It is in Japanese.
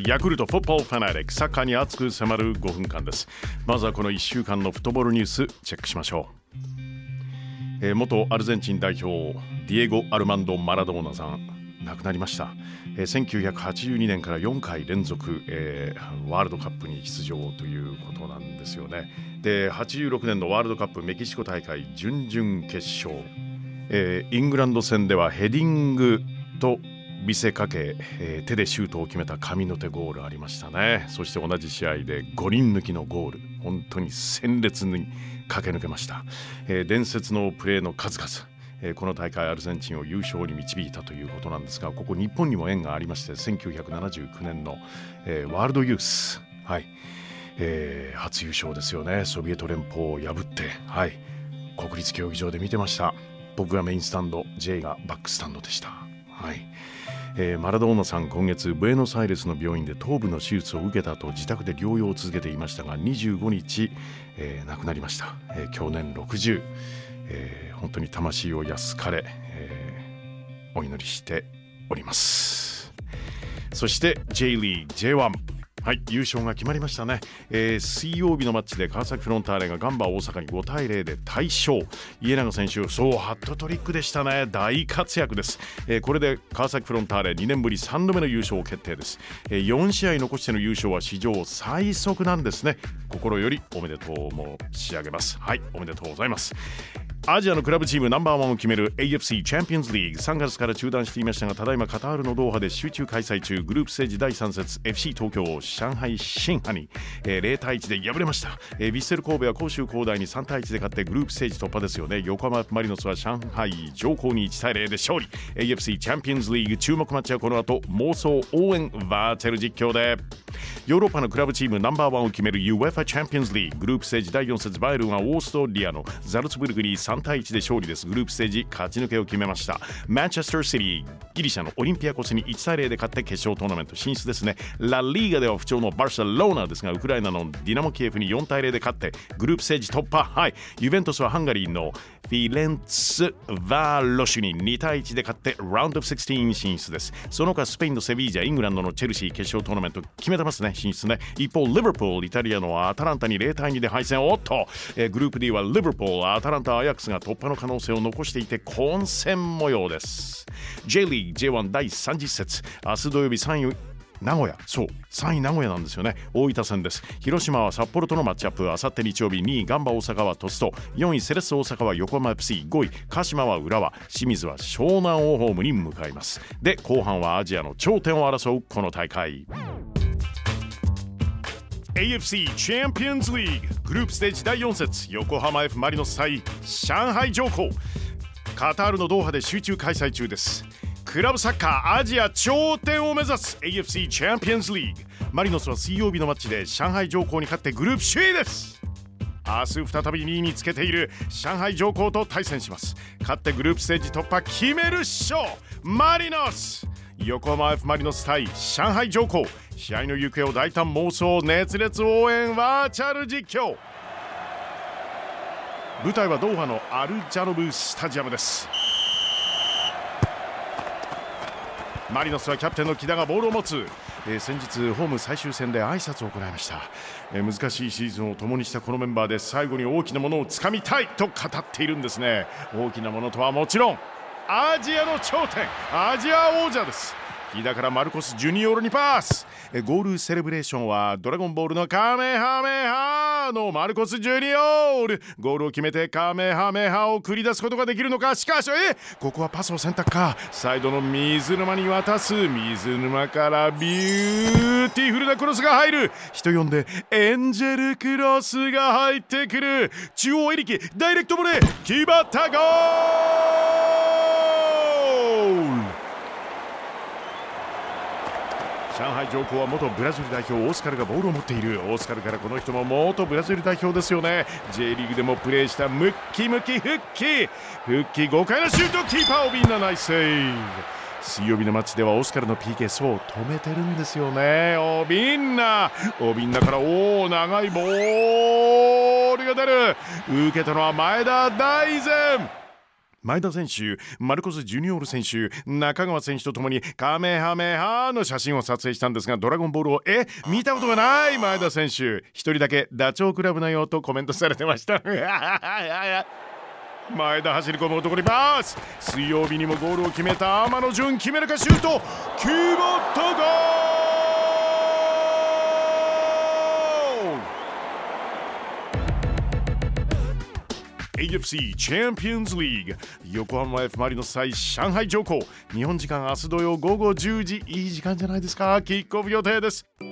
ヤクルトフットボールファナリック、サッカーに熱く迫る5分間です。まずはこの1週間のフットボールニュースチェックしましょう。元アルゼンチン代表ディエゴ・アルマンド・マラドーナさん亡くなりました。1982年から4回連続、ワールドカップに出場ということなんですよね。で、86年のワールドカップメキシコ大会準々決勝、イングランド戦ではヘディングと見せかけ、手でシュートを決めた神の手ゴールありましたね。そして同じ試合で5人抜きのゴール、本当に鮮烈に駆け抜けました。伝説のプレーの数々、この大会アルゼンチンを優勝に導いたということなんですが、ここ日本にも縁がありまして、1979年の、ワールドユース、初優勝ですよね。ソビエト連邦を破って、国立競技場で見てました。僕がメインスタンド、J がバックスタンドでした。マラドーナさん、今月ブエノスアイレスの病院で頭部の手術を受けた後、自宅で療養を続けていましたが、25日、亡くなりました。享年60、本当に魂を安かれ、お祈りしております。そして J リーグ J1、優勝が決まりましたね。水曜日のマッチで川崎フロンターレがガンバ大阪に5対0で大勝。家長選手、ハットトリックでしたね。大活躍です。これで川崎フロンターレ2年ぶり3度目の優勝決定です。4試合残しての優勝は史上最速なんですね。心よりおめでとう申し上げます。おめでとうございます。アジアのクラブチームナンバーワンを決める AFC チャンピオンズリーグ、3月から中断していましたが、ただいまカタールのドーハで集中開催中。グループステージ第3節 FC 東京上海申花に、0対1で敗れました。ヴィッセル神戸は広州恒大に3対1で勝ってグループステージ突破ですよね。横浜マリノスは上海上皇に1対0で勝利。 AFC チャンピオンズリーグ注目マッチはこの後妄想応援バーチャル実況で。ヨーロッパのクラブチームナンバーワンを決める UEFA チャンピオンズリーグ、グループステージ第4節バイエルンはオーストリアのザルツブルクに3対1で勝利です。グループステージ勝ち抜けを決めました。マンチェスターシティ、ギリシャのオリンピアコスに1対0で勝って決勝トーナメント進出ですね。ラリーガでは不調のバルセロナですが、ウクライナのディナモキエフに4対0で勝ってグループステージ突破。ユベントスはハンガリーのフィレンツバーロシュに2対1で勝ってラウンドオブ16進出です。その他スペインのセビージャ、イングランドのチェルシー決勝トーナメント決めてますね、進出ね。一方リバプール、イタリアのアタランタに0対2で敗戦。グループ D はリバプール、アタランタ、アヤックスが突破の可能性を残していて混戦模様です。 J リーグ J1 第30節、明日土曜日3位名古屋、3位名古屋なんですよね。大分戦です。広島は札幌とのマッチアップ。あさって日曜日、2位ガンバ大阪は鳥栖と、4位セレッソ大阪は横浜 FC、 5位鹿島は浦和、清水は湘南をホームに向かいます。で、後半はアジアの頂点を争うこの大会、AFC チャンピオンズリーググループステージ第4節、横浜 F マリノス対上海上皇。カタールのドーハで集中開催中です。クラブサッカーアジア頂点を目指す AFC チャンピオンズリーグ。マリノスは水曜日のマッチで上海上皇に勝ってグループ首位です。明日再び2位につけている上海上皇と対戦します。勝ってグループステージ突破決めるっしょマリノス。横浜 F マリノス対上海上皇、試合の行方を大胆妄想熱烈応援バーチャル実況。舞台はドーハのアルジャノブスタジアムです。マリノスはキャプテンの木田がボールを持つ。先日ホーム最終戦で挨拶を行いました。難しいシーズンを共にしたこのメンバーで最後に大きなものをつかみたいと語っているんですね。大きなものとはもちろんアジアの頂点、アジア王者です。木田からマルコス・ジュニオールにパス。ゴールセレブレーションはドラゴンボールのカメハメハのマルコス・ジュニオール。ゴールを決めてカメハメハを繰り出すことができるのか。しかしここはパスを選択か。サイドの水沼に渡す。水沼からビューティフルなクロスが入る。人呼んでエンジェルクロスが入ってくる。中央エリキダイレクトボレー決まったゴール。上海上皇は元ブラジル代表オスカルがボールを持っている。オスカルからこの人も元ブラジル代表ですよね。 J リーグでもプレーしたムッキムキ復帰豪快なシュート。キーパーオビンナナイスセーブ。水曜日のマッチではオスカルの PK 止めてるんですよね。オビンナから長いボールが出る。受けたのは前田大然。 前田選手、マルコス・ジュニオール選手、中川選手とともにカメハメハの写真を撮影したんですが、ドラゴンボールを見たことがない前田選手、一人だけダチョウ倶楽部のようとコメントされてました前田走り込む男にパス、水曜日にもゴールを決めた天野潤、決めるかシュート、決まったゴール。 AFC チャンピオンズリーグ、横浜 F マリノス対上海上皇、日本時間明日土曜午後10時、いい時間じゃないですか。キックオフ予定です。